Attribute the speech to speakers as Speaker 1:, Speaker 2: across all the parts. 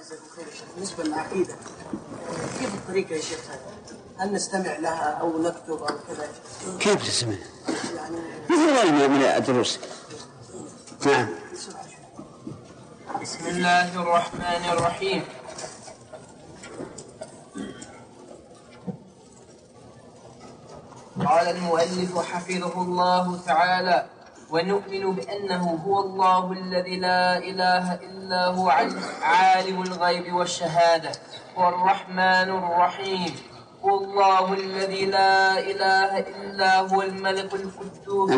Speaker 1: يجزاك خير يا شيخ. بالنسبة للعقيدة كيف الطريقة يا شيخ؟ هل نستمع لها أو نكتب أو كذا؟
Speaker 2: كيف تسمع؟
Speaker 1: يعني
Speaker 2: مثل من الدروس. نعم.
Speaker 3: بسم الله الرحمن الرحيم. قال المؤلف حفظه الله تعالى: ونؤمن بأنه هو الله الذي لا إله إلا هو عالم الغيب والشهادة، هو الرحمن الرحيم، هو الله الذي لا إله إلا هو الملك القدوس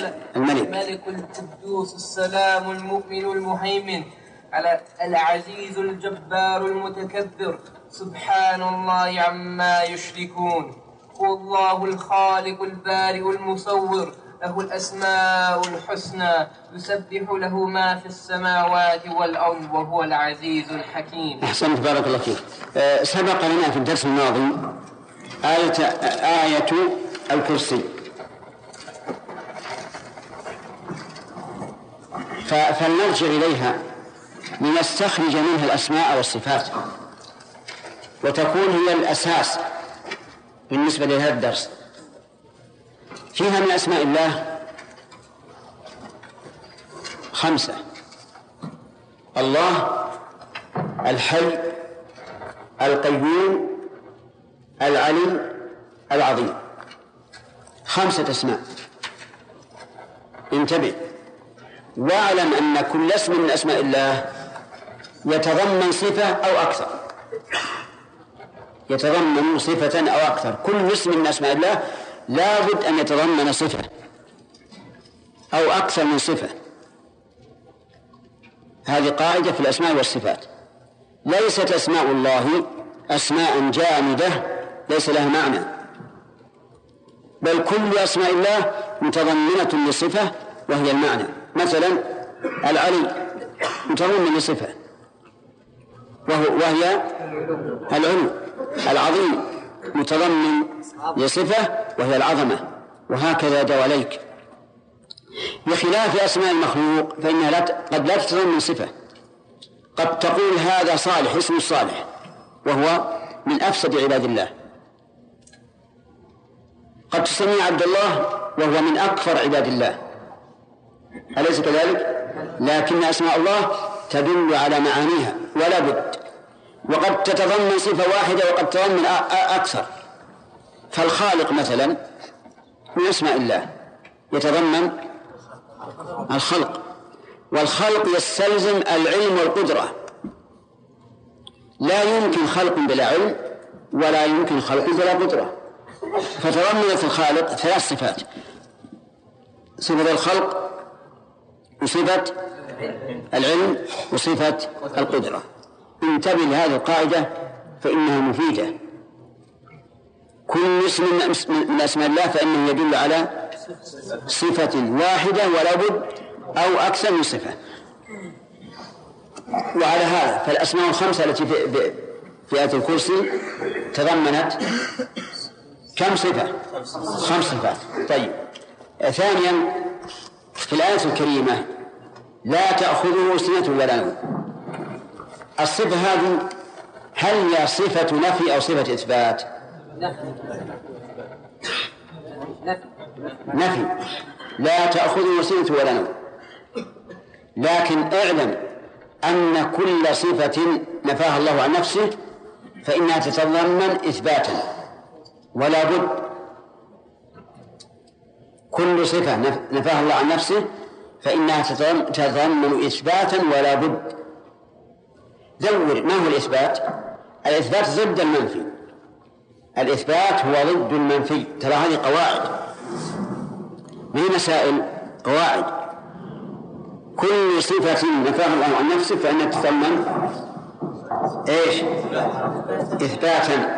Speaker 3: السلام المؤمن المهيمن على العزيز الجبار المتكبر، سبحان الله عما يشركون. هو الله الخالق البارئ المصور، له الأسماء الحسنى، يسبح له ما في السماوات والأرض، وهو العزيز الحكيم.
Speaker 2: أحسنت، بارك الله فيك. سبق لنا في الدرس الماضي آية الكرسي، فلنرجع إليها لنستخرج منها الأسماء والصفات، وتكون هي الأساس بالنسبة لهذا الدرس. فيها من أسماء الله 5: الله الحي القيوم العلي العظيم، 5 أسماء. انتبه واعلم أن كل اسم من أسماء الله يتضمن صفة أو أكثر، يتضمن صفة أو أكثر. كل اسم من أسماء الله لا بد أن يتضمن صفة أو أكثر من صفة. هذه قاعدة في الأسماء والصفات. ليست أسماء الله أسماء جامدة ليس لها معنى، بل كل أسماء الله متضمنة لصفة وهي المعنى. مثلا العلي متضمن لصفة وهي العلو، العظيم متضمن لصفة وهي العظمة، وهكذا دواليك. بخلاف أسماء المخلوق فإنها قد لا تتضمن صفة. قد تقول هذا صالح، اسم الصالح، وهو من أفسد عباد الله. قد تسميه عبد الله وهو من أكفر عباد الله، أليس كذلك؟ لكن أسماء الله تدل على معانيها ولا بد. وقد تتضمن صفة واحدة وقد تتضمن أكثر. فالخالق مثلا من أسماء الله يتضمن الخلق، والخلق يستلزم العلم والقدرة. لا يمكن خلق بلا علم ولا يمكن خلق بلا قدرة. فتضمنت الخالق 3 صفات: صفة الخلق وصفة العلم وصفة القدرة. انتبه لهذه القاعدة فإنها مفيدة. كل اسم من أسماء الله فإنه يدل على صفة واحدة ولا بد أو أكثر من صفة. وعلى هذا فالأسماء 5 التي في آية الكرسي تضمنت كم صفة؟ 5 صفات. طيب، ثانيا في الآية الكريمة لا تأخذه سنة ولا نوم. الصفة هذه هل هي صفة نفي أو صفة إثبات؟ نفي. لا تأخذه سنة ولا نوم. لكن اعلم أن كل صفة نفاها الله عن نفسه فإنها تتضمن إثباتا ولا بد. كل صفة نفاها الله عن نفسه فإنها تتضمن إثباتا ولا بد. دور ما هو الإثبات؟ الإثبات ضد المنفي. الإثبات هو ضد المنفي. ترى هذه قواعد، ما هي مسائل، قواعد. كل صفة نفاها الله عن نفسه فإنها تتضمن إيش؟ إثباتا.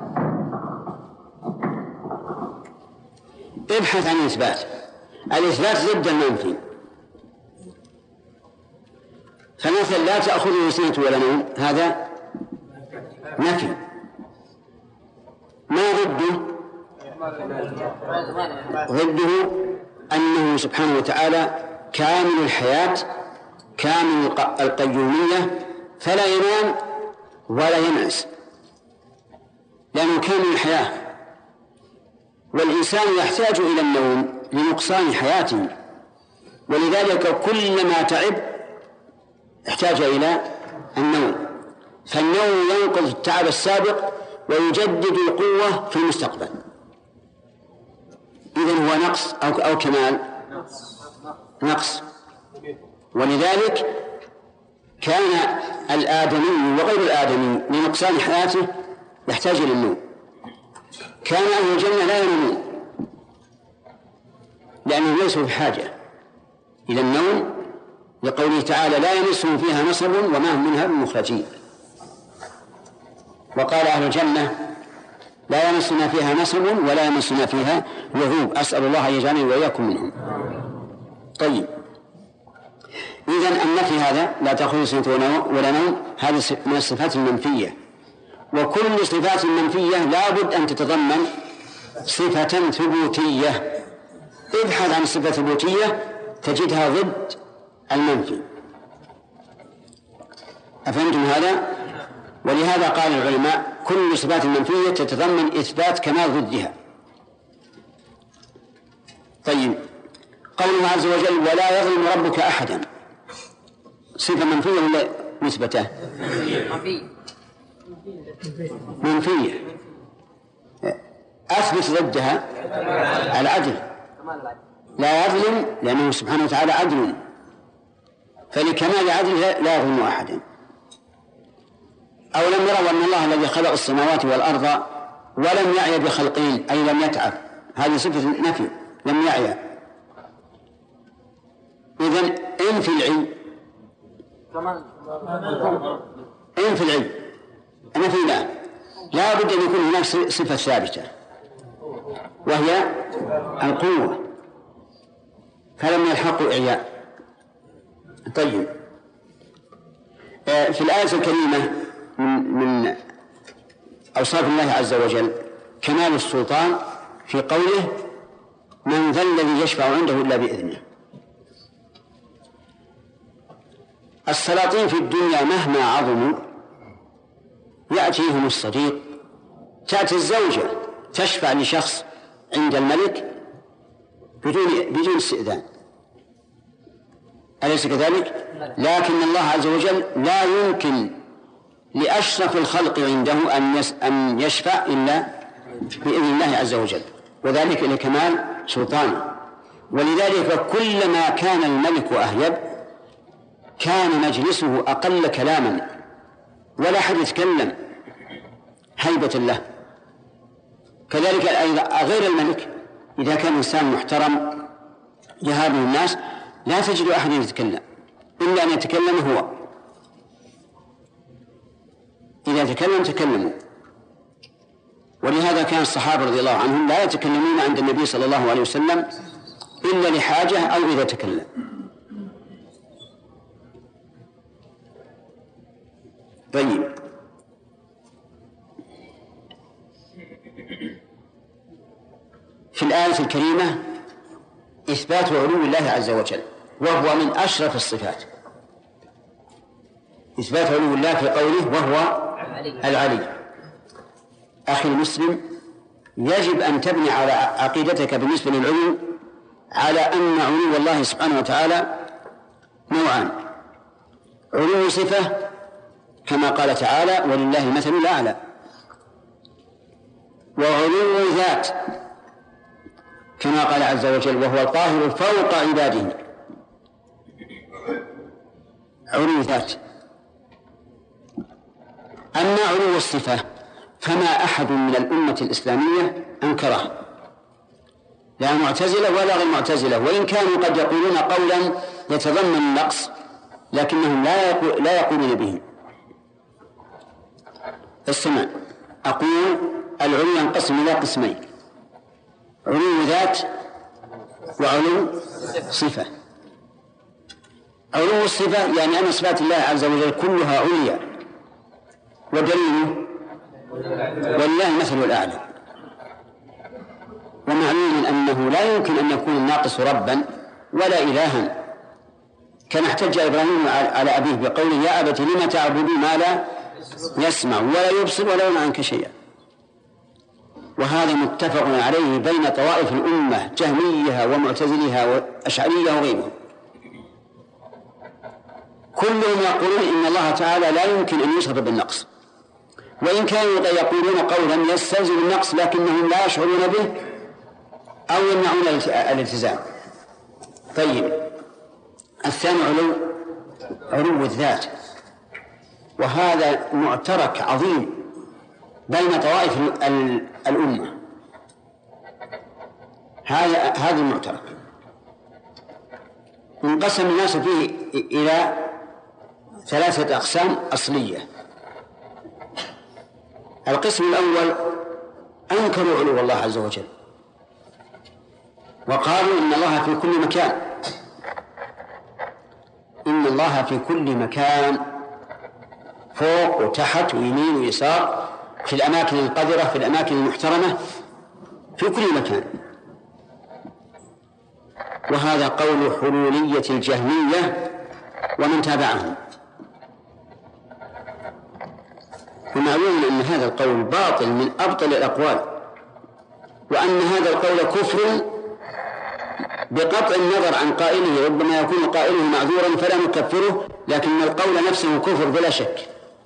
Speaker 2: ابحث عن الإثبات. الإثبات ضد المنفي. فمثلا لا تأخذه سنة ولا نوم، هذا نفي. ما ضده؟ ضده أنه سبحانه وتعالى كامل الحياة، كامل القيومية، فلا ينام ولا ينعس، لأنه كامل الحياة، والإنسان يحتاج إلى النوم لنقصان حياته، ولذلك كلما تعب احتاج إلى النوم، فالنوم ينقض التعب السابق ويجدد القوة في المستقبل. إذن هو نقص أو كمال؟ نقص. ولذلك كان الآدمي وغير الآدمي لنقصان حياته يحتاج إلى النوم. كان أهل الجنة لا ينامون لأنهم ليسوا بحاجة إلى النوم، لقوله تعالى لا يمسهم فيها نصب وما هم منها بمخرجين. وقال أهل الجنة لا يمسنا فيها نصب ولا يمسنا فيها لغوب، أسأل الله أن يجعلني وإياكم منهم. طيب، إذن النفي هذا لا تأخذ سنة ولا نوم هذه من الصفات المنفية، وكل صفات منفية لا بد أن تتضمن صفة ثبوتية. ابحث عن الصفة الثبوتية تجدها ضد المنفي. أفهمتم هذا؟ ولهذا قال العلماء كل صفات المنفية تتضمن إثبات كمال ضدها. طيب، قوله عز وجل ولا يظلم ربك أحدا، صفة منفية ولا مثبتة؟ منفية. أثبت ضدها العدل، لا يظلم لأنه سبحانه وتعالى عدل، فلكمال عدله لا يظلم أحدا. أولم يروا أن الله الذي خلق السماوات والأرض ولم يعي بخلقهن، أي لم يتعب، هذه صفة نفي، لم يعي. إذن انفي العلم، انفي العلم، نفي لا بد أن يكون هناك صفة ثابتة وهي القوة، فلم يلحقوا إعياء. طيب، في الآية الكريمة من أوصاف الله عز وجل كمال السلطان في قوله من ذا الذي يشفع عنده إلا بإذنه. السلاطين في الدنيا مهما عظموا يأتيهم الصديق، تأتي الزوجة تشفع لشخص عند الملك بدون استئذان، أليس كذلك؟ لكن الله عز وجل لا يمكن لأشرف الخلق عنده أن يشفع إلا بإذن الله عز وجل، وذلك لكمال سلطانه. ولذلك كلما كان الملك أهيب كان مجلسه أقل كلاما ولا أحد يتكلم هيبة له. كذلك غير الملك إذا كان إنسان محترم يهابه الناس لا تجد أحد يتكلم إلا أن يتكلم هو، إذا تكلم تكلموا. ولهذا كان الصحابة رضي الله عنهم لا يتكلمون عند النبي صلى الله عليه وسلم إلا لحاجة أو إذا تكلم. طيب، في الآية الكريمة إثبات علو الله عز وجل وهو من أشرف الصفات، إثبات علو الله في قوله وهو العلي. أخي المسلم، يجب أن تبني على عقيدتك بالنسبة للعلو على أن علو الله سبحانه وتعالى نوعان: علو صفة كما قال تعالى ولله المثل الأعلى، وعلو ذات كما قال عز وجل وهو القاهر فوق عباده. علو ذات. أما علو الصفة فما أحد من الأمة الإسلامية أنكره، لا معتزلة ولا غير معتزلة، وإن كانوا قد يقولون قولا يتضمن النقص لكنهم لا يقولون به. استمع، أقول العلو ينقسم إلى قسمين: علو ذات وعلو صفة. علو الصفة يعني أن صفات الله عز وجل كلها عليا، ودليله ولله المثل الأعلى. ومعلوم أنه لا يمكن أن يكون الناقص ربا ولا إلها، كما احتج إبراهيم على أبيه بقوله يا أبت لم تعبد ما لا يسمع ولا يبصر ولا يغني عنك شيئا. وهذا متفق عليه بين طوائف الأمة، جهميها ومعتزلها وأشعرية وغيرهم، كلهم يقولون إن الله تعالى لا يمكن أن يوصف بالنقص، وإن كانوا يقولون قولا يستلزم النقص لكنهم لا يشعرون به أو يمنعون الالتزام. طيب، الثاني علو الذات، وهذا معترك عظيم بين طوائف الأمة. هذا المعترك انقسم الناس فيه إلى 3 أقسام أصلية. القسم الأول أنكروا علو الله عز وجل وقالوا إن الله في كل مكان، إن الله في كل مكان، فوق وتحت ويمين ويسار، في الأماكن القذرة، في الأماكن المحترمة، في كل مكان. وهذا قول حلولية الجهمية ومن تابعهم. ومعلوم أن هذا القول باطل من أبطل الأقوال، وأن هذا القول كفر بقطع النظر عن قائله. ربما يكون قائله معذورا فلا نكفره، لكن القول نفسه كفر بلا شك.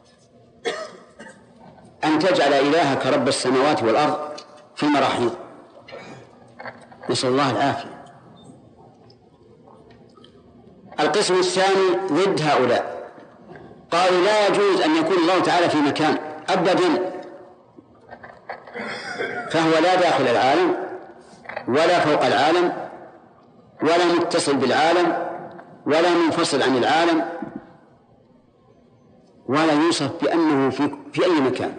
Speaker 2: أن تجعل إلهك رب السماوات والأرض في مراحيض، نسأل الله العافية. القسم الثاني ضد هؤلاء، قالوا لا يجوز أن يكون الله تعالى في مكان أبدا، فهو لا داخل العالم ولا فوق العالم ولا متصل بالعالم ولا منفصل عن العالم، ولا يوصف بأنه في أي مكان.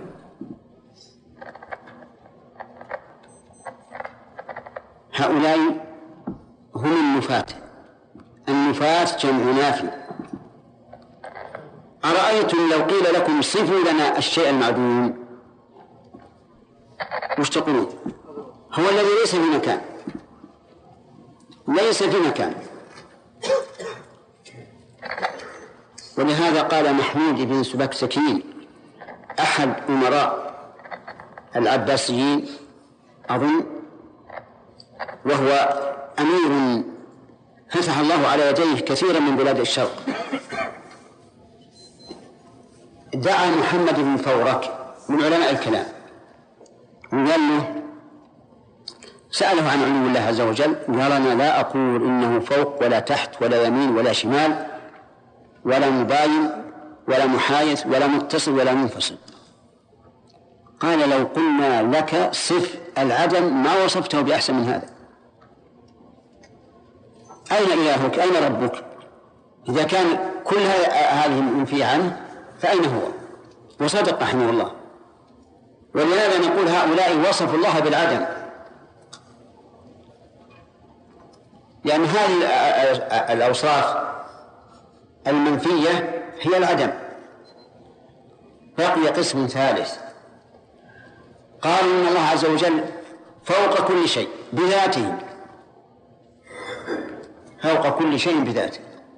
Speaker 2: هؤلاء هم النفاة. النفاة جمع نافي. أرأيتم لو قيل لكم صفوا لنا الشيء المعدوم، وش تقولون؟ هو الذي ليس في مكان، ليس في مكان. ولهذا قال محمود بن سبكسكين أحد أمراء العباسيين أظن، وهو أمير فتح الله على يديه كثيرا من بلاد الشرق، دعا محمد بن فورك من علماء الكلام وقال له، سأله عن علو الله عز وجل، قال أنا لا أقول إنه فوق ولا تحت ولا يمين ولا شمال ولا مباين ولا محايث ولا متصل ولا منفصل. قال لو قلنا لك صف العدم ما وصفته بأحسن من هذا. أين إلهك؟ أين ربك؟ إذا كان كل هذه المنفي عنه فأين هو؟ وصدق رحمه الله. ولهذا نقول هؤلاء وصفوا الله بالعدم، لأن هذه الأوصاف المنفية هي العدم. بقي قسم ثالث، قالوا إن الله عز وجل فوق كل شيء بذاته، فوق كل شيء بذاته،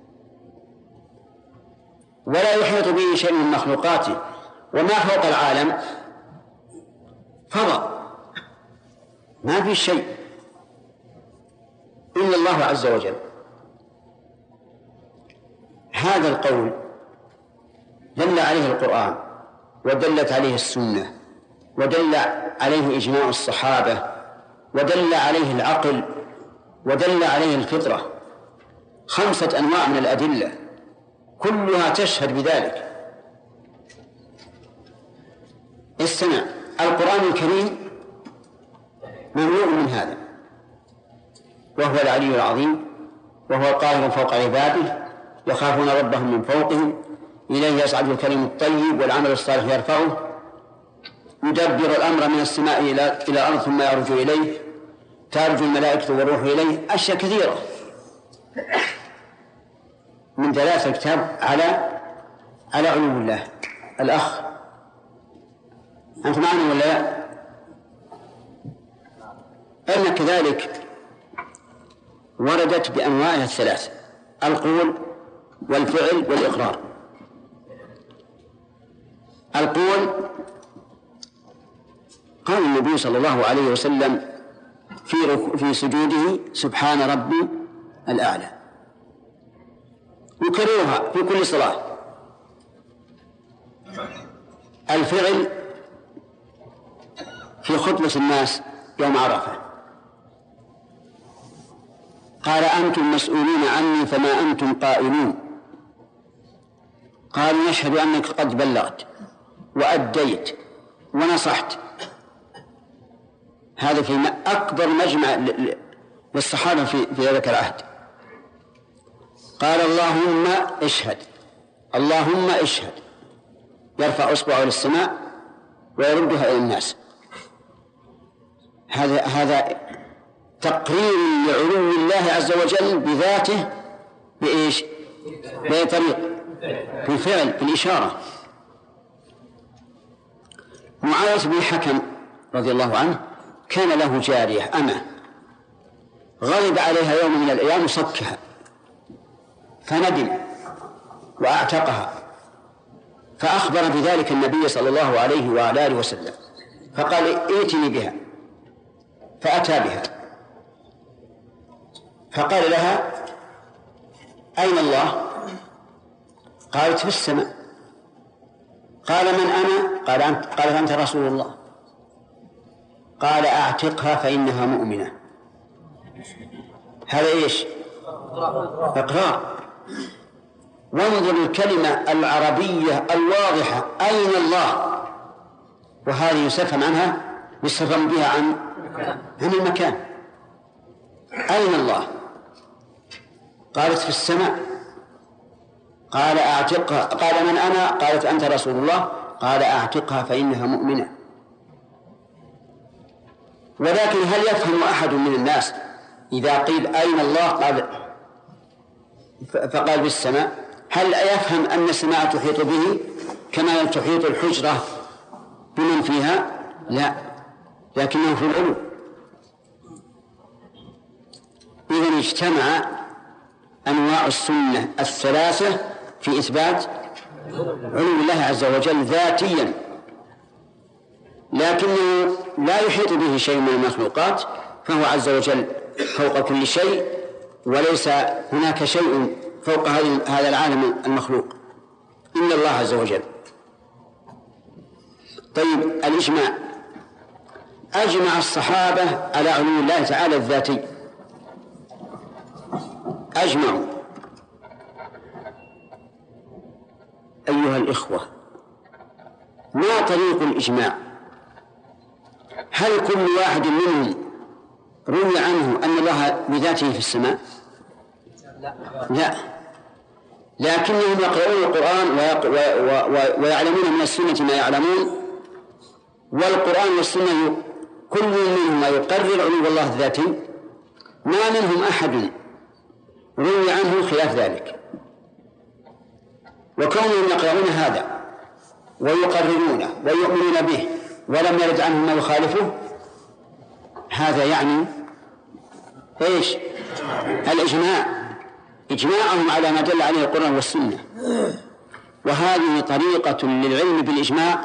Speaker 2: ولا يحيط به شيء من مخلوقاته. وما فوق العالم فضاء، ما في شيء إلا الله عز وجل. هذا القول دل عليه القرآن ودلت عليه السنة ودل عليه إجماع الصحابة ودل عليه العقل ودل عليه الفطرة. 5 أنواع من الأدلة كلها تشهد بذلك. استمع، القرآن الكريم مملوء من هذا، وهو العلي العظيم، وهو القاهر فوق عباده، يخافون ربهم من فوقهم، إليه يصعد الكلم الطيب والعمل الصالح يرفعه، يدبر الأمر من السماء إلى الأرض ثم يرجو إليه، ترجو الملائكة والروح إليه. أشياء كثيرة من دلالة الكتاب على علو الله. الأخ أنت معنا ولا لا؟ أن كذلك وردت بأنواعها الثلاث: القول والفعل والإقرار. القول قال النبي صلى الله عليه وسلم في سجوده سبحان ربي الأعلى، يكررها في كل صلاة. الفعل في خطبة الناس يوم عرفة قال أنتم مسؤولون عني فما أنتم قائلون، قالوا نشهد أنك قد بلغت وأديت ونصحت. هذا في أكبر مجمع للصحابة في ذلك العهد. قال اللهم اشهد، اللهم اشهد، يرفع إصبعه للسماء ويردها إلى الناس. هذا تقرير لعلو الله عز وجل بذاته بإيش؟ بطريق بالفعل بالإشارة. معاوية بن الحكم رضي الله عنه كان له جارية أمة غضب عليها يوم من الأيام وصكها، فندم وأعتقها، فأخبر بذلك النبي صلى الله عليه وعلى آله وسلم، فقال ائتني بها، فأتى بها فقال لها أين الله؟ قالت في السماء. قال من أنا؟ قالت أنت رسول الله. قال أعتقها فإنها مؤمنة. هذا إيش؟ إقرار. وانظر الكلمة العربية الواضحة أين الله، وهذه يستفهم عنها يستفهم بها عن المكان. أين الله؟ قالت في السماء. قال أعتقها. قال من أنا؟ قالت أنت رسول الله. قال أعتقها فإنها مؤمنة. ولكن هل يفهم أحد من الناس إذا قيل أين الله فقال بالسماء، هل يفهم أن السماء تحيط به كما تحيط الحجرة بمن فيها؟ لا، لكنه في العلو. إذن اجتمع أنواع السنة الثلاثة في إثبات علو الله عز وجل ذاتيا، لكنه لا يحيط به شيء من المخلوقات، فهو عز وجل فوق كل شيء، وليس هناك شيء فوق هذا العالم المخلوق إلا الله عز وجل. طيب، الإجماع. أجمع الصحابة على علو الله تعالى الذاتي، أجمعوا. أيها الإخوة، ما طريق الإجماع؟ هل كل واحد منهم روي عنه أن الله بذاته في السماء؟ لا، لكنهم يقرؤون القرآن ويعلمون من السنة ما يعلمون، والقرآن والسنة كل منهما يقرر علو الله الذاتي، ما منهم أحد روي عنه خلاف ذلك. وكونهم يقرؤون هذا ويقررونه ويؤمنون به ولم يرد عنه ما يخالفه، هذا يعني ايش؟ الإجماع، إجماعهم على ما دل عليه القرآن والسنة. وهذه طريقة للعلم بالإجماع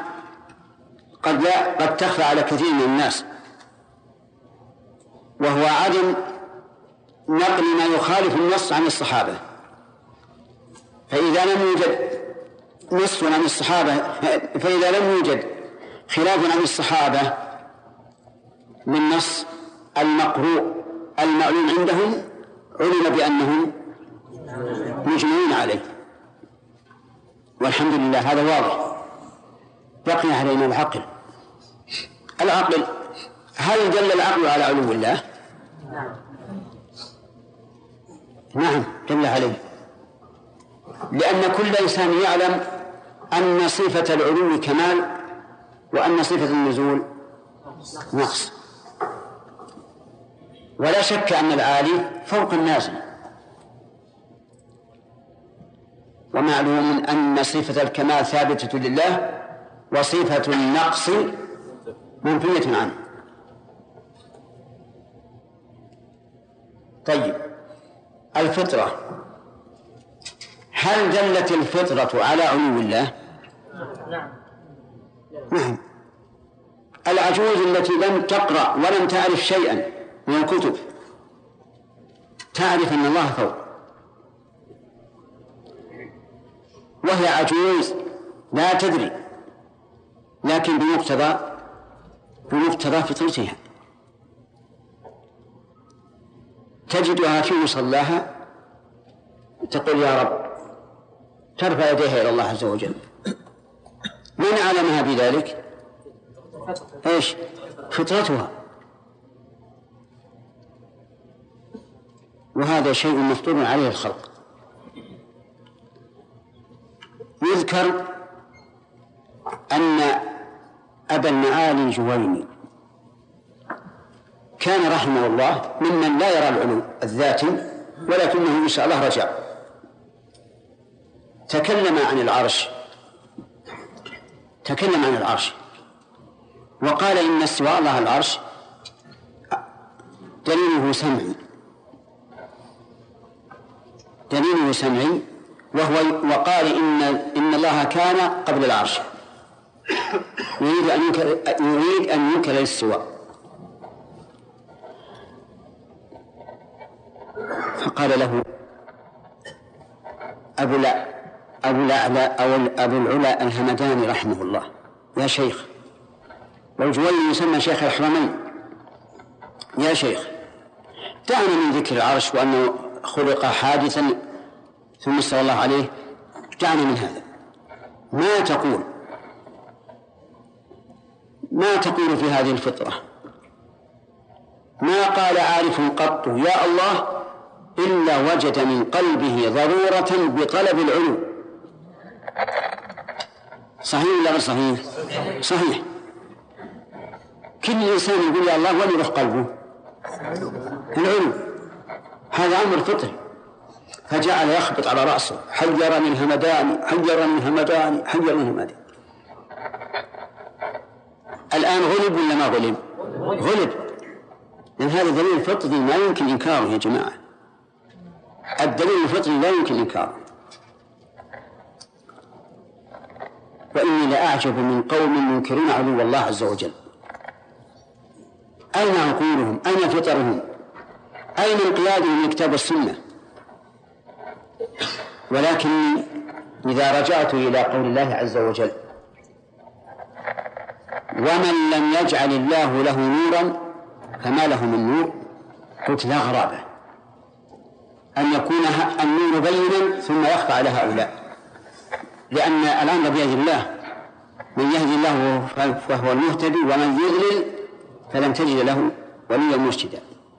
Speaker 2: قد تخفى على كثير من الناس، وهو عدم نقل ما يخالف النص عن الصحابة. فإذا لم يوجد نص عن الصحابة، فإذا لم يوجد خلاف عن الصحابة من نص المقروء المعلوم عندهم، علم بأنهم مجمعون عليه. والحمد لله هذا واضح. بقي علينا العقل. هل دل العقل على علو الله؟ نعم دل عليه، لأن كل إنسان يعلم أن صفة العلو كمال وأن صفة النزول نقص، ولا شك أن العالي فوق النازل، ومعلوم أن صفة الكمال ثابتة لله وصفة النقص منفية عنه. طيب، الفطرة، هل دلت الفطرة على علو الله؟ نعم. العجوز التي لم تقرأ ولم تعرف شيئا من الكتب تعرف أن الله فوق، وهي عجوز لا تدري، لكن بمقتضى فطرتها تجدها في مصلاها تقول يا رب، ترفع يديها إلى الله عز وجل. من علمها بذلك؟ ايش؟ فطرتها. وهذا شيء مفطور عليه الخلق. يذكر أن أبا المعالي الجويني كان رحمه الله ممن لا يرى العلو الذاتي، ولكنه إن شاء الله رجع. تكلم عن العرش وقال إن استواء الله العرش دليله سمعي، وقال إن الله كان قبل العرش، يريد أن ينكر الاستواء، فقال له أبو العلا الهمداني رحمه الله: يا شيخ، والجويني يسمى شيخ الحرمين، يا شيخ دعنا من ذكر العرش وأنه خلق حادثا ثم استوى الله عليه، دعنا من هذا. ما تقول في هذه الفطرة؟ ما قال عارف قط يا الله إلا وجد من قلبه ضرورة بطلب العلو. صحيح ولا غير صحيح؟ صحيح. كل إنسان يقول يا الله وين يروح قلبه؟ العلو. هذا أمر فطري. فجعل يخبط على رأسه: حيرني الهمداني، حيرني الهمداني، حيرني الهمداني. الآن غلب ولا ما غلب؟ غلب، لأن هذا دليل فطري ما يمكن إنكاره يا جماعة. الدليل الفطري لا يمكن إنكاره. وإني لأعجب من قوم ينكرون علو الله عز وجل. أين عقولهم؟ أين فطرهم؟ أين انقيادهم لكتاب السنة؟ ولكن إذا رجعت إلى قول الله عز وجل: ومن لم يجعل الله له نورا فما له من نور، قلت لا غرابة أن يكون النور بينا ثم يخفى على هؤلاء، لأن الأمر بيد الله، من يهدي الله فهو المهتدي، ومن يضلل فلن تجد له وليا مرشدا.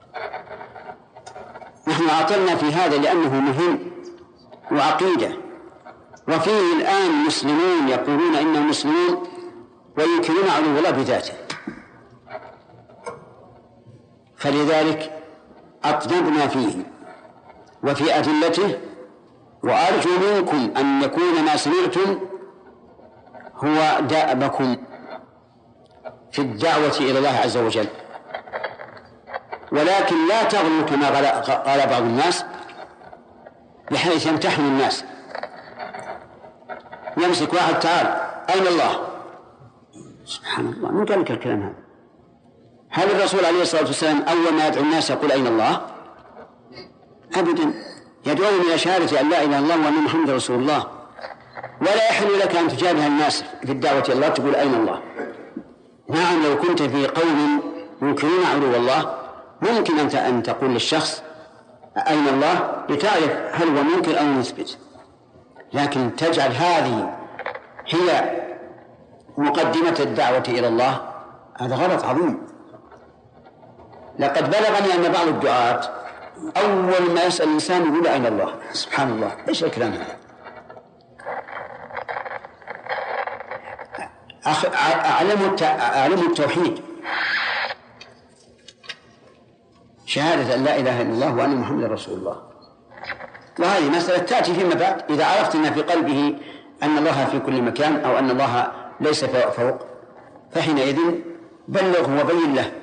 Speaker 2: نحن عطلنا في هذا لأنه مهم وعقيدة، وفيه الآن مسلمون يقولون إنهم مسلمون وينكرون علو الله بذاته، فلذلك أطلبنا فيه وفي أدلته، وأرجو منكم أن يكون ما سمعتم هو دأبكم في الدعوة إلى الله عز وجل، ولكن لا تغلوا كما قال بعض الناس بحيث يمتحن الناس. يمسك واحد: تعال أين الله؟ سبحان الله، من قال لك الكلام هذا؟ هل الرسول عليه الصلاة والسلام أول ما يدعو الناس يقول أين الله؟ أبدا، يدعوهم إلى شهادة أن لا إله إلا الله وأن محمد رسول الله، ولا يحل لك أن تجابه الناس في الدعوة إلى الله تقول أين الله. نعم، لو كنت في قوم ينكرون علو الله ممكن أن تقول للشخص أين الله لتعرف هل هو منكر أو مثبت، لكن تجعل هذه هي مقدمة الدعوة إلى الله، هذا غلط عظيم. لقد بلغني أن بعض الدعاة أول ما يسأل الإنسان يقول أين الله. سبحان الله، إيش الكلام هذا؟ أعلموا التوحيد، شهادة أن لا إله إلا الله وأن محمد رسول الله. وهذه مسألة تأتي فيما بعد. إذا عرفت أن في قلبه أن الله في كل مكان أو أن الله ليس فوق، فحينئذ بلغه وبين له.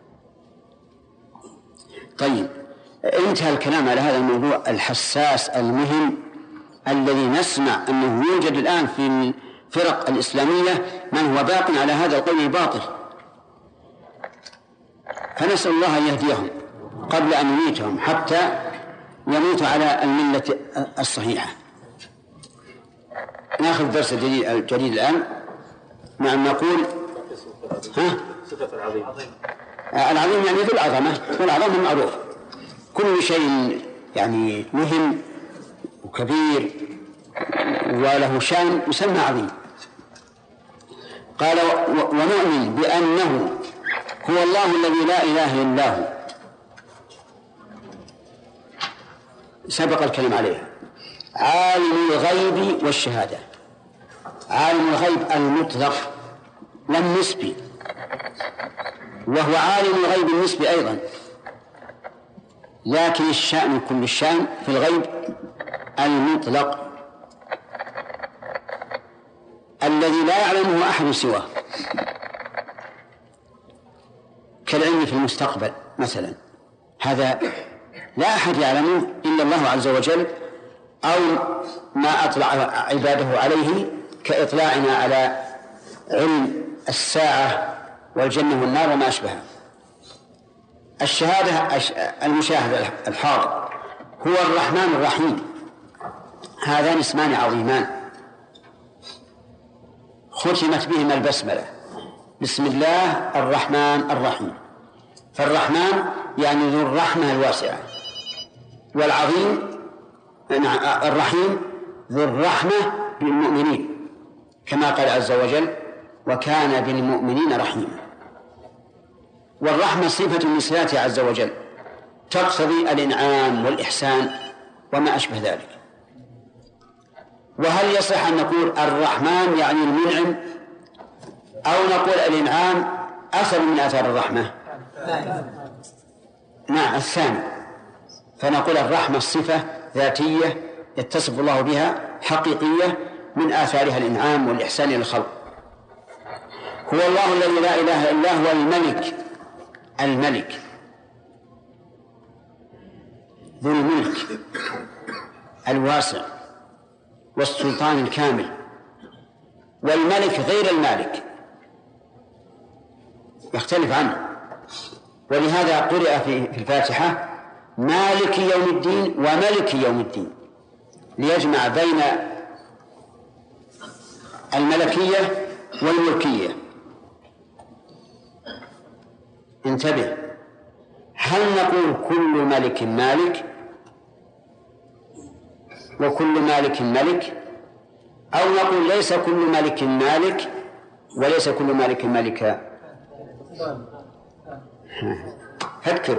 Speaker 2: طيب، انتهى الكلام على هذا الموضوع الحساس المهم الذي نسمع أنه يوجد الآن الفرق الإسلامية من هو باق على هذا القول الباطل، فنسأل الله أن يهديهم قبل أن يميتهم حتى يموتوا على الملة الصحيحة. نأخذ درس الجديد الآن. نعم، نقول
Speaker 4: صفة العظيم.
Speaker 2: العظيم يعني ذو العظمة، والعظمة معروف، كل شيء يعني مهم وكبير وله شان يسمى عظيم. قال ونؤمن بأنه هو الله الذي لا إله إلا هو، سبق الكلام عليه، عالم الغيب والشهادة. عالم الغيب المطلق لا النسبي، وهو عالم الغيب النسبي أيضا، لكن الشأن كل الشأن في الغيب المطلق الذي لا يعلمه أحد سواه، كالعلم في المستقبل مثلا، هذا لا أحد يعلمه إلا الله عز وجل، أو ما أطلع عباده عليه كإطلاعنا على علم الساعة والجنة والنار وما أشبهها. الشهادة المشاهدة الحاضر هو الرحمن الرحيم، هذان اسمان عظيمان ختمت بهما البسملة، بسم الله الرحمن الرحيم. فالرحمن يعني ذو الرحمة الواسعة، والعظيم الرحيم ذو الرحمة بالمؤمنين، كما قال عز وجل وكان بالمؤمنين رحيما. والرحمة صفة من صفاته عز وجل تقتضي الإنعام والإحسان وما أشبه ذلك. وهل يصح أن نقول الرحمن يعني المنعم، أو نقول الإنعام أثر من آثار الرحمة؟ نعم، الثاني. فنقول الرحمة الصفة ذاتية يتصف الله بها حقيقية من آثارها الإنعام والإحسان للخلق. هو الله الذي لا إله إلا هو الملك، الملك ذو الملك الواسع والسلطان الكامل، والملك غير المالك يختلف عنه، ولهذا قرأ في الفاتحة مالك يوم الدين وملك يوم الدين، ليجمع بين الملكية والملكية. انتبه، هل نقول كل ملك مالك وكل مالك ملك، أو نقول ليس كل ملك مالك وليس كل مالك ملكا؟ فكروا،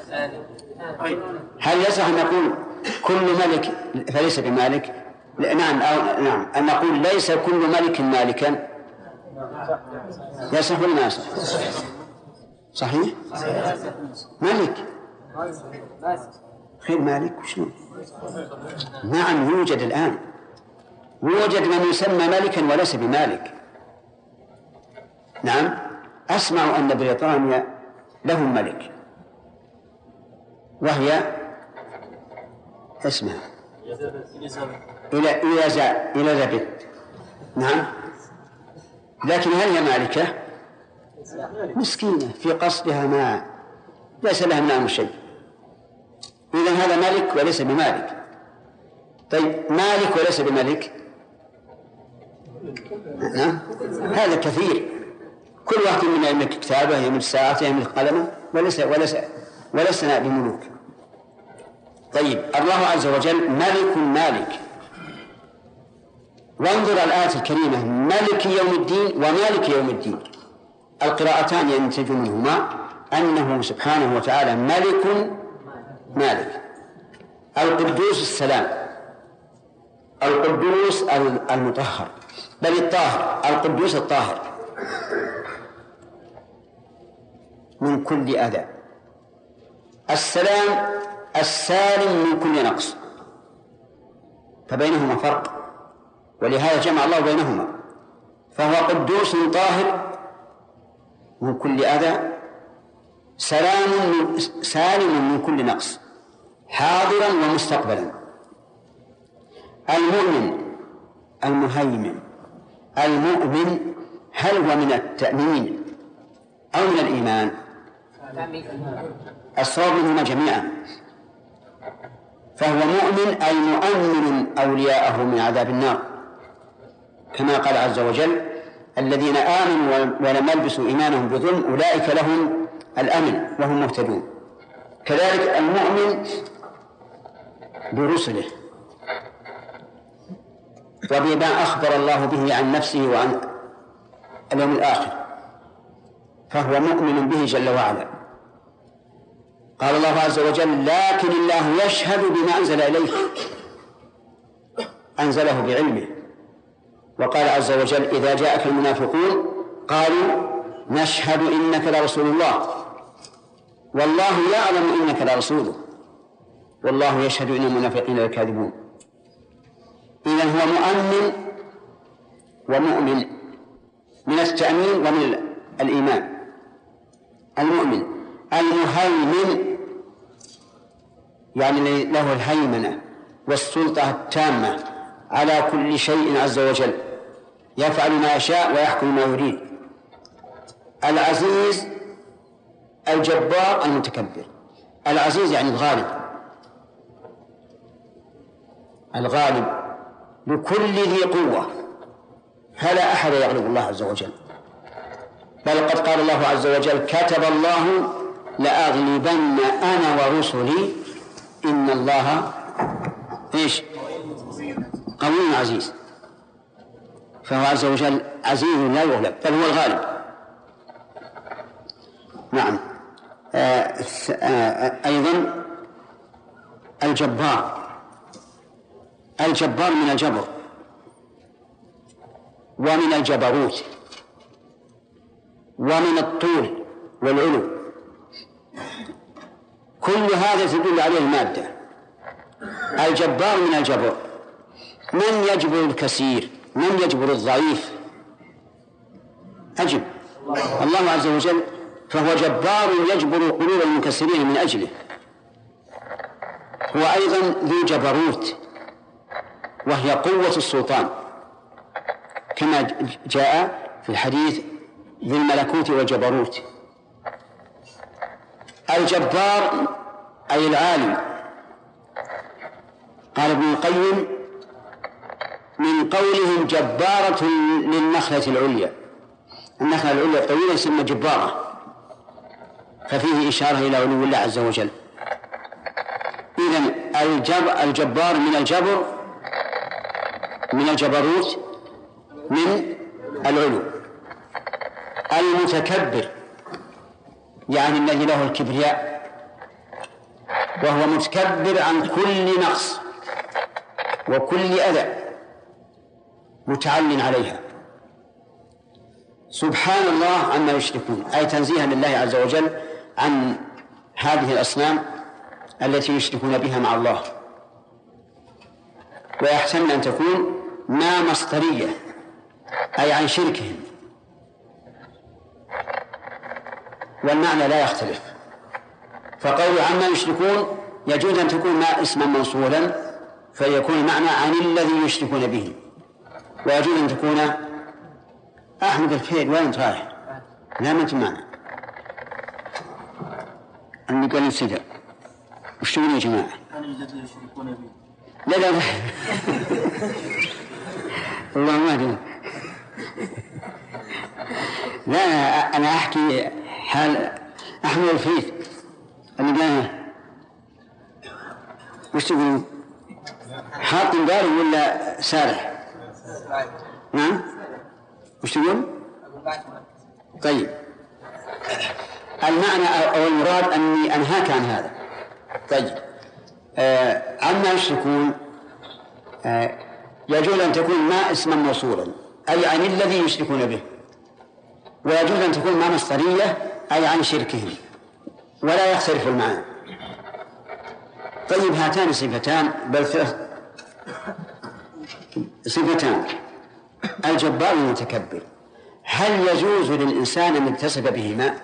Speaker 2: هل يصح أن نقول كل ملك فليس بمالك؟ نعم، أو نعم أن نقول ليس كل ملك مالكا؟ يصح ولا ما يصح؟ صحيح؟ ملك خير مالك وشنو؟ نعم، يوجد الآن، يوجد من يسمى ملكا وليس بمالك. نعم، أسمع أن بريطانيا لهم ملك وهي اسمها إليزابيث. نعم، لكن هل هي مالكة؟ مسكينة في قصدها ما ليس لها من أمر شيء. إذن هذا مالك وليس بمالك. طيب مالك وليس بملك؟ نعم، هذا كثير، كل واحد منا يملك كتابه، يملك ساعته، يملك قلمه، ولسنا بملوك. طيب الله عز وجل ملك مالك. وانظر الآية الكريمة ملك يوم الدين ومالك يوم الدين، القراءتان ينتج منهما أنه سبحانه وتعالى ملك مالك. القدوس السلام، القدوس المطهر، بل الطاهر، القدوس الطاهر من كل أذى، السلام السالم من كل نقص، فبينهما فرق، ولهذا جمع الله بينهما، فهو قدوس طاهر من كل أذى، سالم من كل نقص، حاضرا ومستقبلا، المؤمن المهيمن المؤمن هل هو من التأمين أو من الإيمان؟ الصواب منهما جميعا، فهو مؤمن أي مؤمن أولياءه من عذاب النار، كما قال عز وجل: الذين آمنوا ولم يلبسوا إيمانهم بظلم أولئك لهم الأمن وهم مهتدون. كذلك المؤمن برسله وبما أخبر الله به عن نفسه وعن اليوم الآخر، فهو مؤمن به جل وعلا. قال الله عز وجل: لكن الله يشهد بما أنزل إليه، أنزله بعلمه. وقال عز وجل: إذا جاءك المنافقون قالوا نشهد إنك لرسول الله والله يعلم إنك لرسوله والله يشهد إن المنافقين لكاذبون. إذن هو مؤمن ومؤمن من التأمين ومن الإيمان. المؤمن المهيمن يعني له الهيمنة والسلطة التامة على كل شيء عز وجل، يفعل ما يشاء ويحكم ما يريد. العزيز الجبار المتكبر. العزيز يعني الغالب بكل ذي قوة، فلا أحد يغلب الله عز وجل. بل قد قال الله عز وجل: كتب الله لأغلبن أنا ورسلي إن الله قوي عزيز. فهو عز وجل عزيز لا يغلب، بل هو الغالب. نعم. أيضا الجبار من الجبر ومن الجبروت ومن الطول والعلو، كل هذا تدل عليه المادة. الجبار من الجبر، من يجبر الكثير؟ من يجبر الضعيف؟ أجب الله عز وجل، فهو جبار يجبر قلوب المنكسرين من أجله. هو أيضا ذو جبروت وهي قوة السلطان، كما جاء في الحديث ذي الملكوت والجبروت. الجبار أي العالم. قال ابن القيم: من قولهم جبارة للنخلة العليا، النخلة العليا الطويلة يسمى جبارة، ففيه إشارة إلى علو الله عز وجل. إذن الجبار من الجبر، من الجبروت، من العلو. المتكبر يعني الذي له الكبرياء، وهو متكبر عن كل نقص وكل أذى، متعل عليها. سبحان الله عما يشركون، أي تنزيها لله عز وجل عن هذه الأصنام التي يشركون بها مع الله. ويحتمل أن تكون ما مصدرية، أي عن شركهم، والمعنى لا يختلف. فقول عما يشركون يجوز أن تكون ما اسما موصولا فيكون المعنى عن الذي يشركون به، ويجوز أن تكون أحمد الفيل وين رايح؟ لا ما تمعنى أني قال السجر وش تقول يا جماعة؟
Speaker 1: الذي يشركون به.
Speaker 2: لا والله ما أدري. لا أنا أحكي حال أحمد الفيل اللي قال وش تقول؟ حاطم داري ولا سارح؟ نعم وش تقول؟ طيب المعنى أو المراد أني أنهاك عن هذا. طيب عما يشركون يجوز أن تكون ما اسما موصولا أي عن الذي يشركون به، ويجوز أن تكون ما مصدرية أي عن شركهم، ولا يختلف المعنى. طيب هاتان صفتان بل صفتان، الجبار والمتكبر، هل يجوز للإنسان أن يتصف بهما؟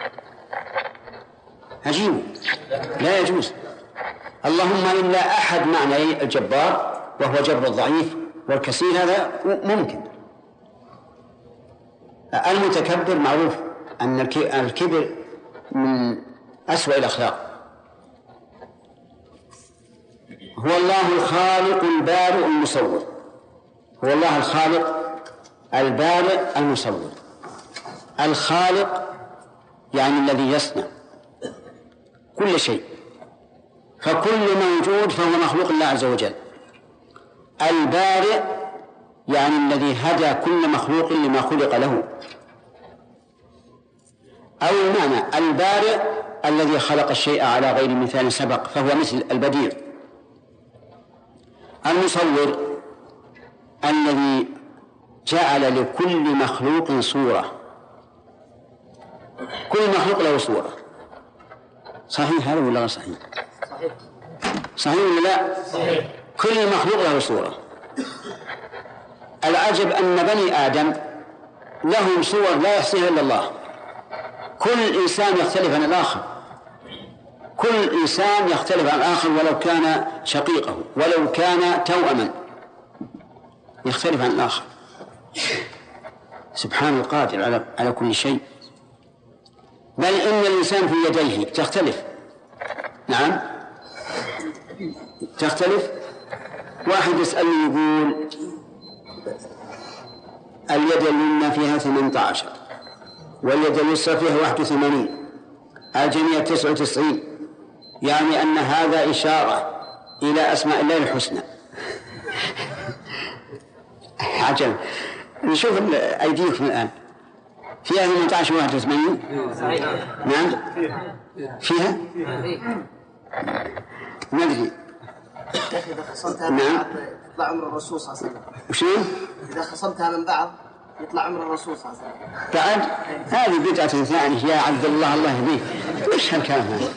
Speaker 2: عجيب، لا يجوز. اللهم إلا أحد معنى الجبار وهو جبر الضعيف والكثير، هذا ممكن، المتكبر معروف أن الكبر من أسوأ الأخلاق. هو الله الخالق البارئ المصور. هو الله الخالق البارئ المصور. الخالق يعني الذي يصنع كل شيء، فكل موجود فهو مخلوق الله عز وجل. البارئ يعني الذي هدى كل مخلوق لما خلق له، أو المعنى البارئ الذي خلق الشيء على غير مثال سبق فهو مثل البديع. المصور الذي جعل لكل مخلوق صورة، كل مخلوق له صورة. صحيح هذا ولا غير صحيح؟ صحيح ولا لا؟ صحيح. كل مخلوق له صورة. العجب أن بني آدم لهم صور لا يحصيها إلا الله. كل إنسان يختلف عن الآخر، كل إنسان يختلف عن الآخر ولو كان شقيقه، ولو كان توأما يختلف عن الآخر. سبحان القادر على كل شيء. بل إن الإنسان في يديه تختلف. نعم تختلف. واحد يسألني يقول اليد اليمنى فيها 18 واليد اليسرى فيها 81، الجميع 99، يعني أن هذا إشارة إلى أسماء الله الحسنى. عجب. نشوف أيديكم الآن فيها 18 و 81. نعم فيها ما أدري.
Speaker 1: إذا خصمتها من بعض يطلع عمر الرسول صلى الله عليه وسلم.
Speaker 2: وشو؟
Speaker 1: إذا خصمتها من بعض يطلع عمر الرسول صلى الله عليه وسلم.
Speaker 2: بعد هذه بدعة ثانية يا عبد الله، الله يهديك. وش هالكلام هذا؟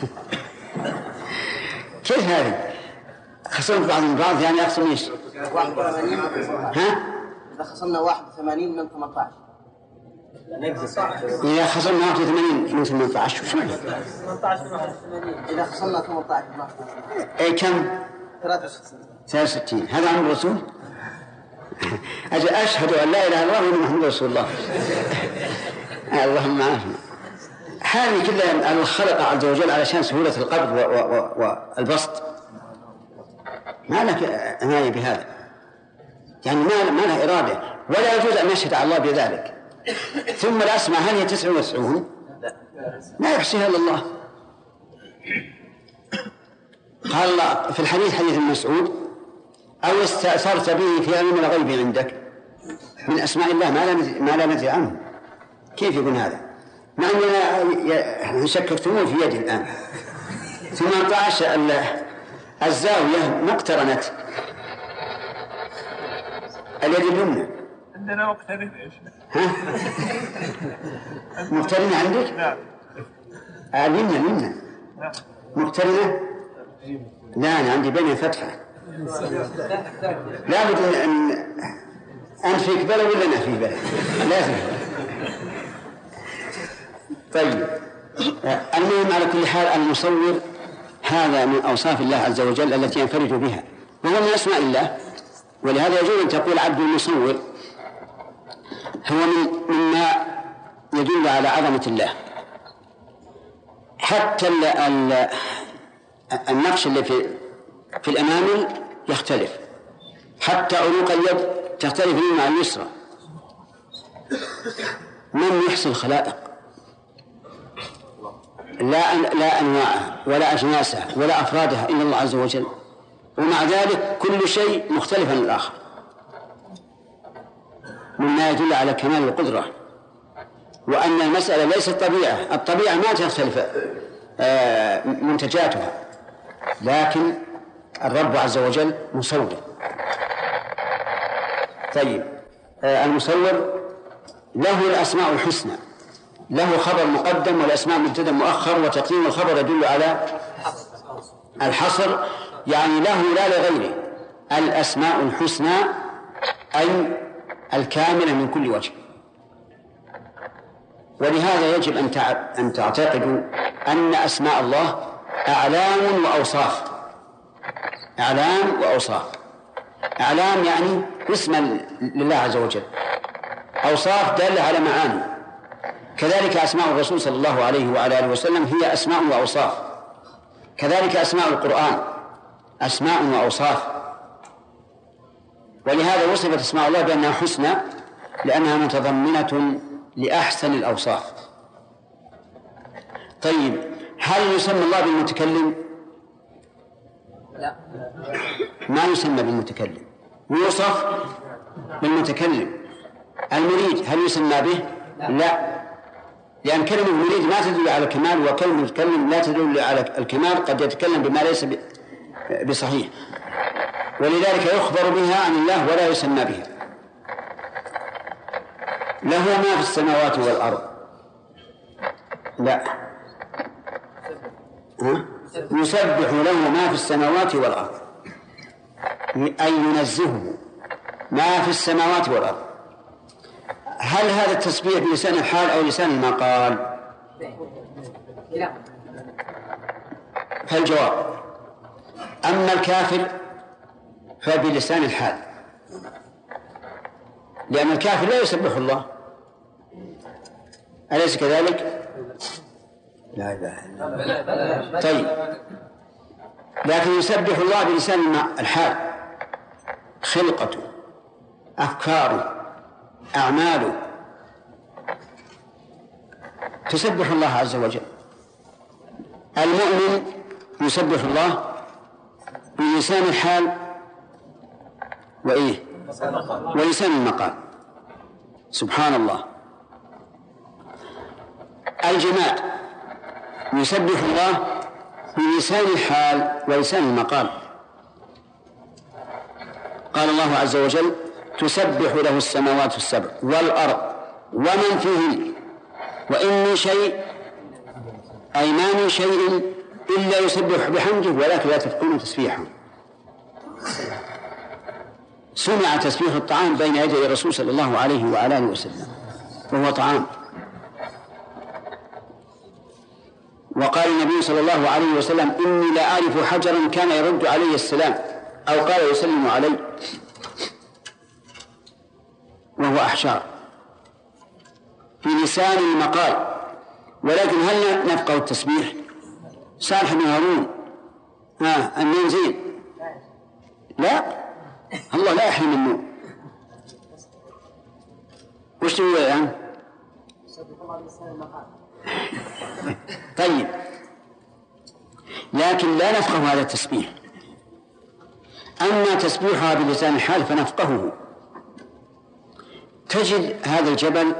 Speaker 2: كيف هذه؟ خصمت بعض من بعض يعني أقسم إيش؟
Speaker 1: 81.
Speaker 2: ها؟
Speaker 1: إذا خصمنا 81 من 18.
Speaker 2: إذا خصمنا 81 من 18 وشو؟
Speaker 1: 18 من 81. إذا خصمنا 18 من 18.
Speaker 2: أي كم؟ 63. هذا عمر الرسول؟ أشهد أن لا إله إلا الله وأن محمد رسول الله. اللهم عافنا. هذه كلها الخلق عز وجل علشان سهولة القبض والبسط. ما لك عناية بهذا، يعني ما له إرادة، ولا يجوز أن نشهد على الله بذلك. ثم الأسماء هل هي 99؟ لا يحصيها إلا الله. قال الله في الحديث حديث ابن مسعود أو استأثرت به في علم الغيب عندك من أسماء الله ما لا ندري عنه. كيف يكون هذا؟ مع أننا شككتموه في يدي الآن. 18 الزاوية مقترنة اليد اليمنى
Speaker 5: عندنا مقترنة.
Speaker 2: ها؟ مقترنة عندك؟
Speaker 5: نعم.
Speaker 2: اليمنى
Speaker 5: نعم.
Speaker 2: مقترنة؟ لا أنا عندي بينها فتحة. لا بد أن فيك بلد ولا أنا في بلد لازم. طيب المهم على كل حال المصور هذا من أوصاف الله عز وجل التي ينفرد بها، وهو من أسماء الله. ولهذا يجوز أن تقول عبد المصور هو مما يدل على عظمة الله. حتى النقش اللي في الأمامل يختلف، حتى عنق اليد تختلف مع اليسرى. من يحصي الخلائق؟ لا أنواعها ولا أجناسها ولا أفرادها إلا الله عز وجل، ومع ذلك كل شيء مختلف عن الآخر، مما يدل على كمال القدرة، وأن المسألة ليست طبيعة. الطبيعة ما تختلف منتجاتها، لكن الرب عز وجل مصور. طيب المصور له الأسماء الحسنى، له خبر مقدم والأسماء مبتدأ مؤخر، وتقديم الخبر يدل على الحصر، يعني له لا لغيره الأسماء الحسنى أي الكاملة من كل وجه. ولهذا يجب أن تعتقدوا أن أسماء الله أعلام وأوصاف. أعلام وأوصاف. أعلام يعني اسما لله عز وجل، أوصاف دالة على معاني. كذلك أسماء الرسول صلى الله عليه وعلى آله وسلم هي أسماء وأوصاف. كذلك أسماء القرآن أسماء وأوصاف. ولهذا وصفت أسماء الله بأنها حسنى لأنها متضمنة لأحسن الأوصاف. طيب، هل يسمى الله بالمتكلم؟
Speaker 3: لا،
Speaker 2: ما يسمى بالمتكلم، يوصف بالمتكلم. المريد هل يسمى به؟ لا، لأن كلمة مريد ما تدل على الكمال، وكلمة متكلم لا تدل على الكمال، قد يتكلم بما ليس بصحيح، ولذلك يخبر بها عن الله ولا يسمى بها. له ما في السماوات والأرض، لا، يسبح له ما في السماوات والأرض، أي ينزهه ما في السماوات والأرض. هل هذا التسبيح بلسان الحال أو لسان المقال؟
Speaker 3: لا.
Speaker 2: فالجواب: أما الكافر فبلسان الحال، لأن الكافر لا يسبح الله، أليس كذلك؟ لا إله إلا الله. طيب، لكن يسبح الله بلسان الحال، خلقته، أفكاره، أعماله تسبح الله عز وجل. المؤمن يسبح الله بلسان الحال ولسان المقال. سبحان الله. الجماد يسبح الله بلسان الحال ولسان المقال. قال الله عز وجل: تسبح له السماوات السبع والأرض ومن فيهن وإن من شيء، أي ما من شيء إلا يسبح بحمده ولكن لا تفقهون تسبيحه. سمع تسبيح الطعام بين يدي الرسول صلى الله عليه وعلى آله وسلم وهو طعام. وقال النبي صلى الله عليه وسلم: إني لا أعرف حجرا كان يرد عليه السلام أو قال يسلم علي وهو أحجار في لسان المقال. ولكن هل نفقه التسبيح؟ صالح بن هارون النون زين؟ لا، الله لا يحرم النون. وش تقول يعني؟ طيب، لكن لا نفقه هذا التسبيح. أما تسبيحها بلسان الحال فنفقهه. تجد هذا الجبل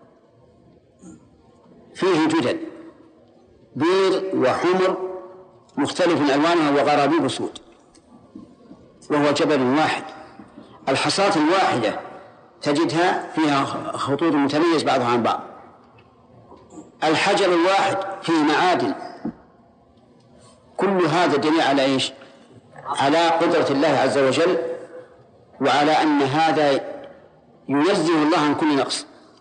Speaker 2: فيه جدد بيض وحمر مختلف ألوانها وغرابيب سود، وهو جبل واحد. الحصاة الواحدة تجدها فيها خطوط متميز بعضها عن بعض. الحجر الواحد فيه معادن. كل هذا دليل على إيش؟ على قدرة الله عز وجل، وعلى أن هذا ينزه الله عن كل نقص.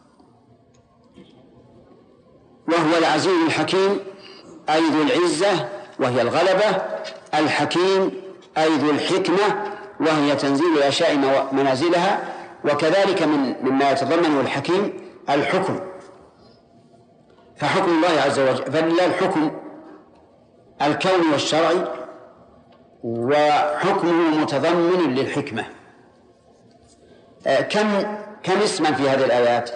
Speaker 2: وهو العزيز الحكيم، أي ذو العزة وهي الغلبة، الحكيم أي ذو الحكمة وهي تنزيل الأشياء منازلها. وكذلك مما يتضمنه الحكيم الحكم، فحكم الله عز وجل، فلله الحكم الكوني والشرعي، وحكمه متضمن للحكمة. كم اسما في هذه الآيات؟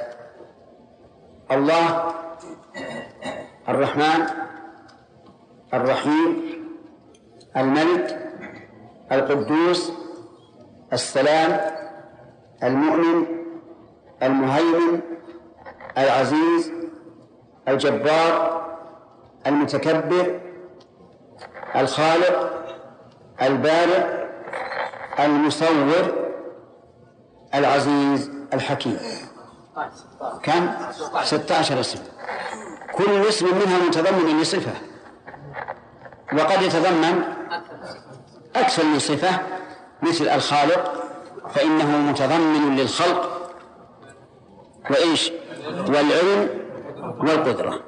Speaker 2: الله، الرحمن، الرحيم، الملك، القدوس، السلام، المؤمن، المهيمن، العزيز، الجبار، المتكبر، الخالق، البارئ، المصور، العزيز، الحكيم. كم؟ 16 اسم، كل اسم منها متضمن لصفة، وقد يتضمن أكثر من صفة، مثل الخالق فإنه متضمن للخلق وإيش؟ والعلم والقدرة.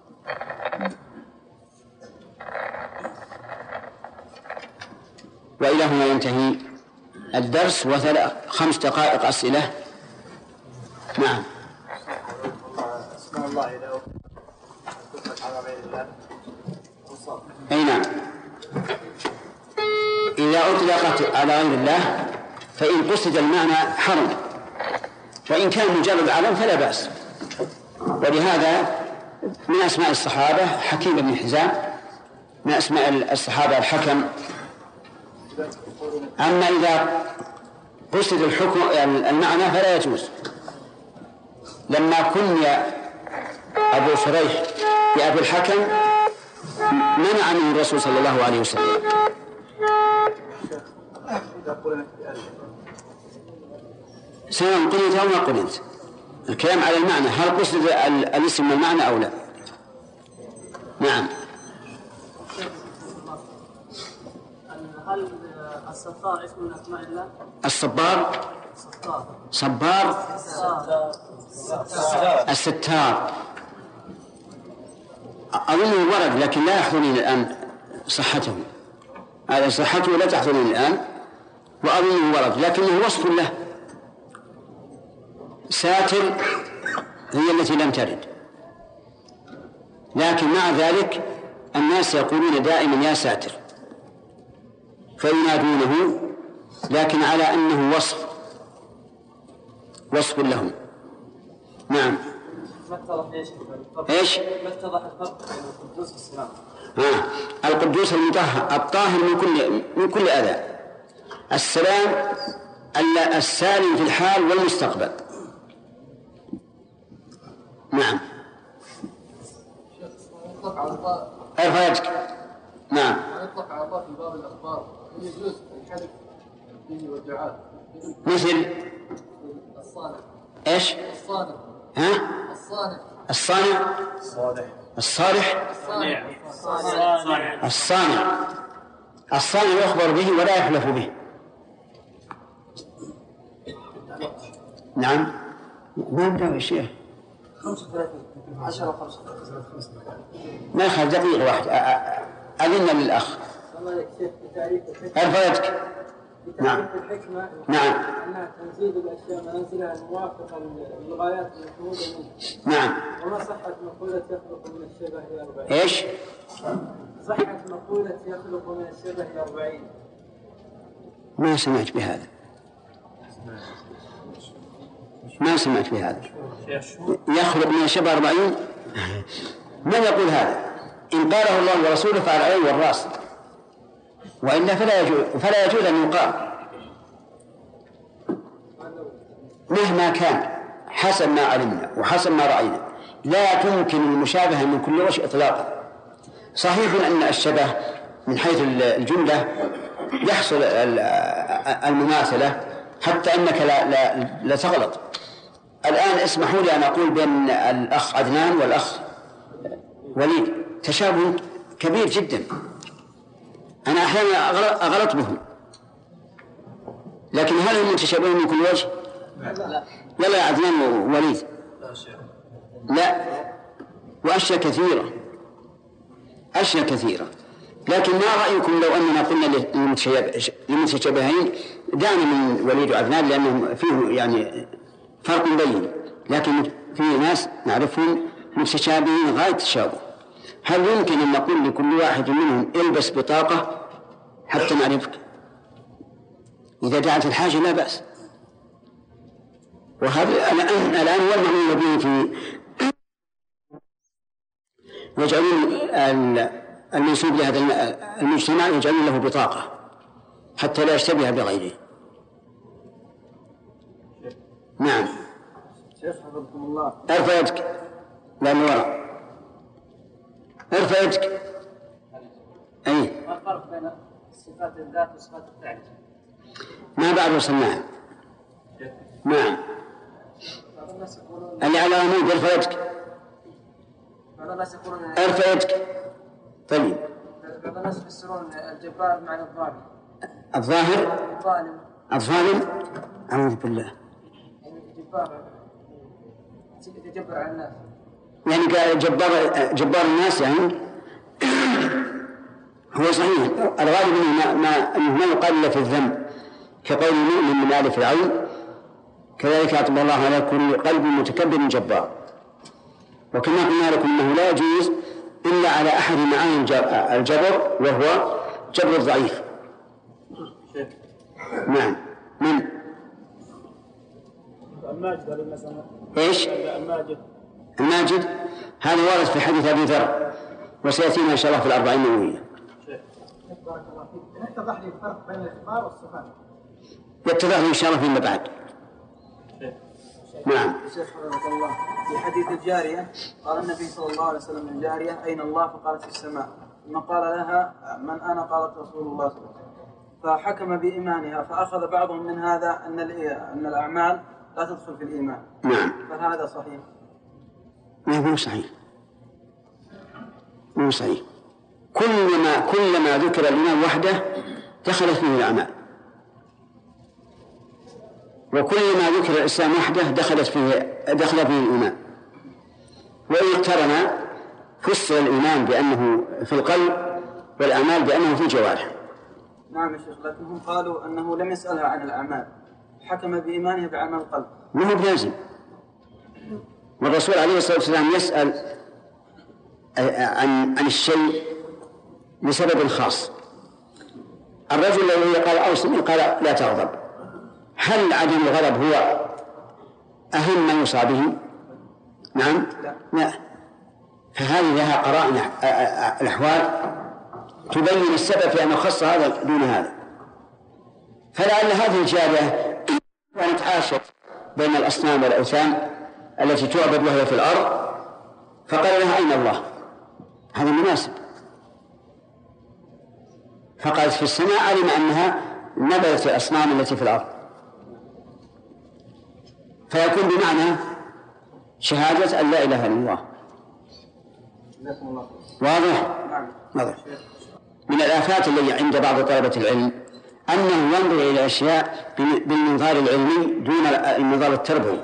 Speaker 2: وإلى هنا ينتهي الدرس، 5 دقائق أسئلة. نعم.
Speaker 1: اسماء الله إذا تطلق على غير الله.
Speaker 2: أي نعم، إذا أطلقت على غير الله فإن قصد المعنى حرم، وإن كان مجرد علم فلا بأس. ولهذا من أسماء الصحابة حكيم بن حزام، من أسماء الصحابة الحكم. أما إذا قصد الحكم المعنى فلا يجوز. لما كني أبو شريح بأبي الحكم منع من الرسول صلى الله عليه وسلم. سواء قلت أو ما قلت، الكلام على المعنى، هل قصد الاسم المعنى أو لا. نعم.
Speaker 1: هل الستار اسم من أسماء الله؟
Speaker 2: الصبار، صبار، الستار أظنه ورد، لكن لا يحضرني الآن صحته. هذا صحته لا تحضرني الآن، وأظنه ورد لكنه وصف له. ساتر هي التي لم ترد، لكن مع ذلك الناس يقولون دائما يا ساتر فينادونه، لكن على أنه وصف لهم. نعم. ايش؟
Speaker 1: ما اتضح الفرق بين القدوس والسلام؟
Speaker 2: القدوس المطهر الطاهر من كل أذى. السلام السالم في الحال والمستقبل. نعم. ارفع يدك. نعم.
Speaker 1: يطلق على الله في باب الأخبار يجوز الحلف به والدعاء
Speaker 2: مثل
Speaker 1: الصانع.
Speaker 2: ايش؟
Speaker 1: الصانع.
Speaker 2: الصانع. الصالح. الصانع يخبر به ولا يحلف به. نعم. ما بدأ الشيخ
Speaker 1: 35
Speaker 2: ما يخرج دقيقة واحدة. أذن للأخ. ارفع يدك. نعم. نعم.
Speaker 1: أنها تنزيل الأشياء منازلها الموافقة للغايات المفروضة منه.
Speaker 2: نعم.
Speaker 1: وما صحة مقولة يخلق من الشبه 40؟
Speaker 2: ايش؟
Speaker 1: صحة مقولة يخلق من الشبه 40.
Speaker 2: ما سمعت بهذا. يخلق من الشبه 40. من يقول هذا؟ إن قاله الله ورسوله فعلى العين والرأس، وإلا فلا يجوز أن يقال مهما كان، حسب ما علمنا وحسب ما رأينا لا تمكن المشابهة من كل وجه إطلاقا. صحيح أن الشبه من حيث الجملة يحصل المماثلة حتى أنك لا تغلط. الآن اسمحوا لي أن أقول بين الأخ عدنان والأخ وليد تشابه كبير جدا، أنا أحيانا أغلط بهم، لكن هل هم متشابهون من كل وجه؟ يلا يا عدنان ووليد. لا، وأشياء كثيرة. لكن ما رأيكم لو أننا قلنا للمتشابهين دعنا من وليد وعدنان لأنهم فيه يعني فرق بين، لكن فيه ناس نعرفهم متشابهين غاية التشابه. هل يمكن أن نقول لكل واحد منهم البس بطاقة حتى نعرفك؟ إذا دعت الحاجة لا بأس. وهذا الآن هو المعمول به في يجعلون المنسوب لهذا المجتمع يجعلون له بطاقة حتى لا يشتبه بغيره. نعم. ارفع يدك. لا من وراء. ارفع يدك. أي.
Speaker 1: ما الفرق بين صفات الذات وصفات الفعل؟
Speaker 2: ما بعد وصلناها. نعم. اللي على عمود ارفع يدك. ارفع يدك. طيب.
Speaker 1: بعض الناس يفسرون الجبار معنى الظالم.
Speaker 2: الظالم. أعوذ بالله.
Speaker 1: يتجبر على الناس.
Speaker 2: يعني جبار الناس يعني هو صحيح. الغالب أنه ما يقال إلا في الذنب، كقول المؤمن من آل فرعون كذلك يطبع الله على كل قلب متكبر جبار. وكما قلنا لكم أنه لا يجوز إلا على أحد معاني الجبر وهو جبر الضعيف. نعم. من
Speaker 4: الماجد
Speaker 2: إيش؟ الماجد هذا وارد في حديث أبي ذر وسيأتينا إن شاء الله في الأربعين النووية.
Speaker 1: بارك الله فيك. اتضح لي الفرق بين الإخبار والصفات.
Speaker 2: يتضح لي إن شاء الله فيما بعد. نعم.
Speaker 5: شيخ رحمه الله في حديث الجارية قال النبي صلى الله عليه وسلم للجارية أين الله؟ فقالت في السماء. ثم قال لها من أنا؟ قالت رسول الله صلى الله عليه وسلم. فحكم بإيمانها، فأخذ بعضهم من هذا أن الأعمال لا تدخل في الإيمان.
Speaker 2: نعم.
Speaker 5: فهذا صحيح؟
Speaker 2: مو صحيح. مو صحيح. كلما ذكر الإيمان وحده دخلت فيه الأعمال، وكلما ذكر الإسلام وحده دخل فيه الإيمان. وإن اقترن فسر الإيمان بأنه في القلب والأعمال بأنه في الجوارح.
Speaker 5: نعم يا شيخ، لكنهم قالوا أنه لم يسألها عن الأعمال، حكم بإيمانه بعمل القلب.
Speaker 2: ما هو بلازم. والرسول عليه الصلاة والسلام يسأل عن الشيء لسبب خاص. الرجل الذي قال أوصني قال لا تغضب، هل عدم الغضب هو أهم ما يوصى به؟ نعم. لا. فهذه لها قرائن الأحوال تبين السبب في أن خص هذا دون هذا. فلعل هذه الجارية كانت عاشت بين الأصنام والأوثان التي تعبد وهي في الأرض، فقال لها أين الله؟ هذا مناسب. فقالت في السماء، علم أنها نبذت الأصنام التي في الأرض، فيكون بمعنى شهادة أن لا إله إلا الله. واضح؟ واضح. من الآفات التي عند بعض طلبة العلم أنه ينظر إلى الأشياء بالمنظار العلمي دون المنظار التربوي،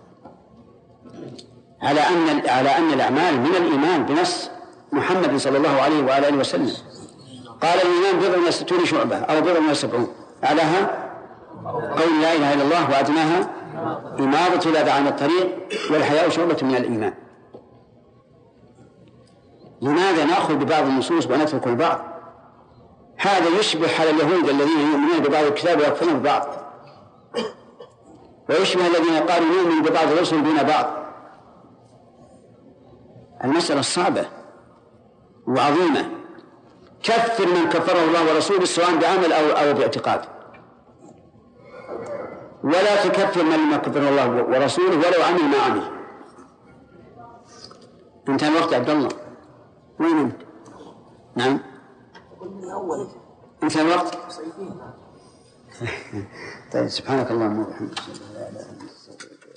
Speaker 2: على أن الأعمال من الإيمان بنص محمد صلى الله عليه وآله وسلم. قال الإيمان 60 شعبة أو 70، أعلاها قول لا إله إلا الله، وأدناها إماطة الأذى عن الطريق، والحياء شعبة من الإيمان. لماذا نأخذ ببعض النصوص ونترك البعض؟ هذا يشبه حال اليهود الذين يؤمنون ببعض الكتاب ويكفرون ببعض، ويشبه الذين قالوا نؤمن ببعض الرسل دون بعض. المسألة صعبة وعظيمة. كفر من كفره الله ورسوله سواء بعمل أو باعتقاد، ولا تكفر من لم كفره الله ورسوله ولو عمل ما عمل. انتهى الوقت عبد الله. وين انت؟ نعم. انتهى الوقت. طيب، سبحانك اللهم وبحمدك.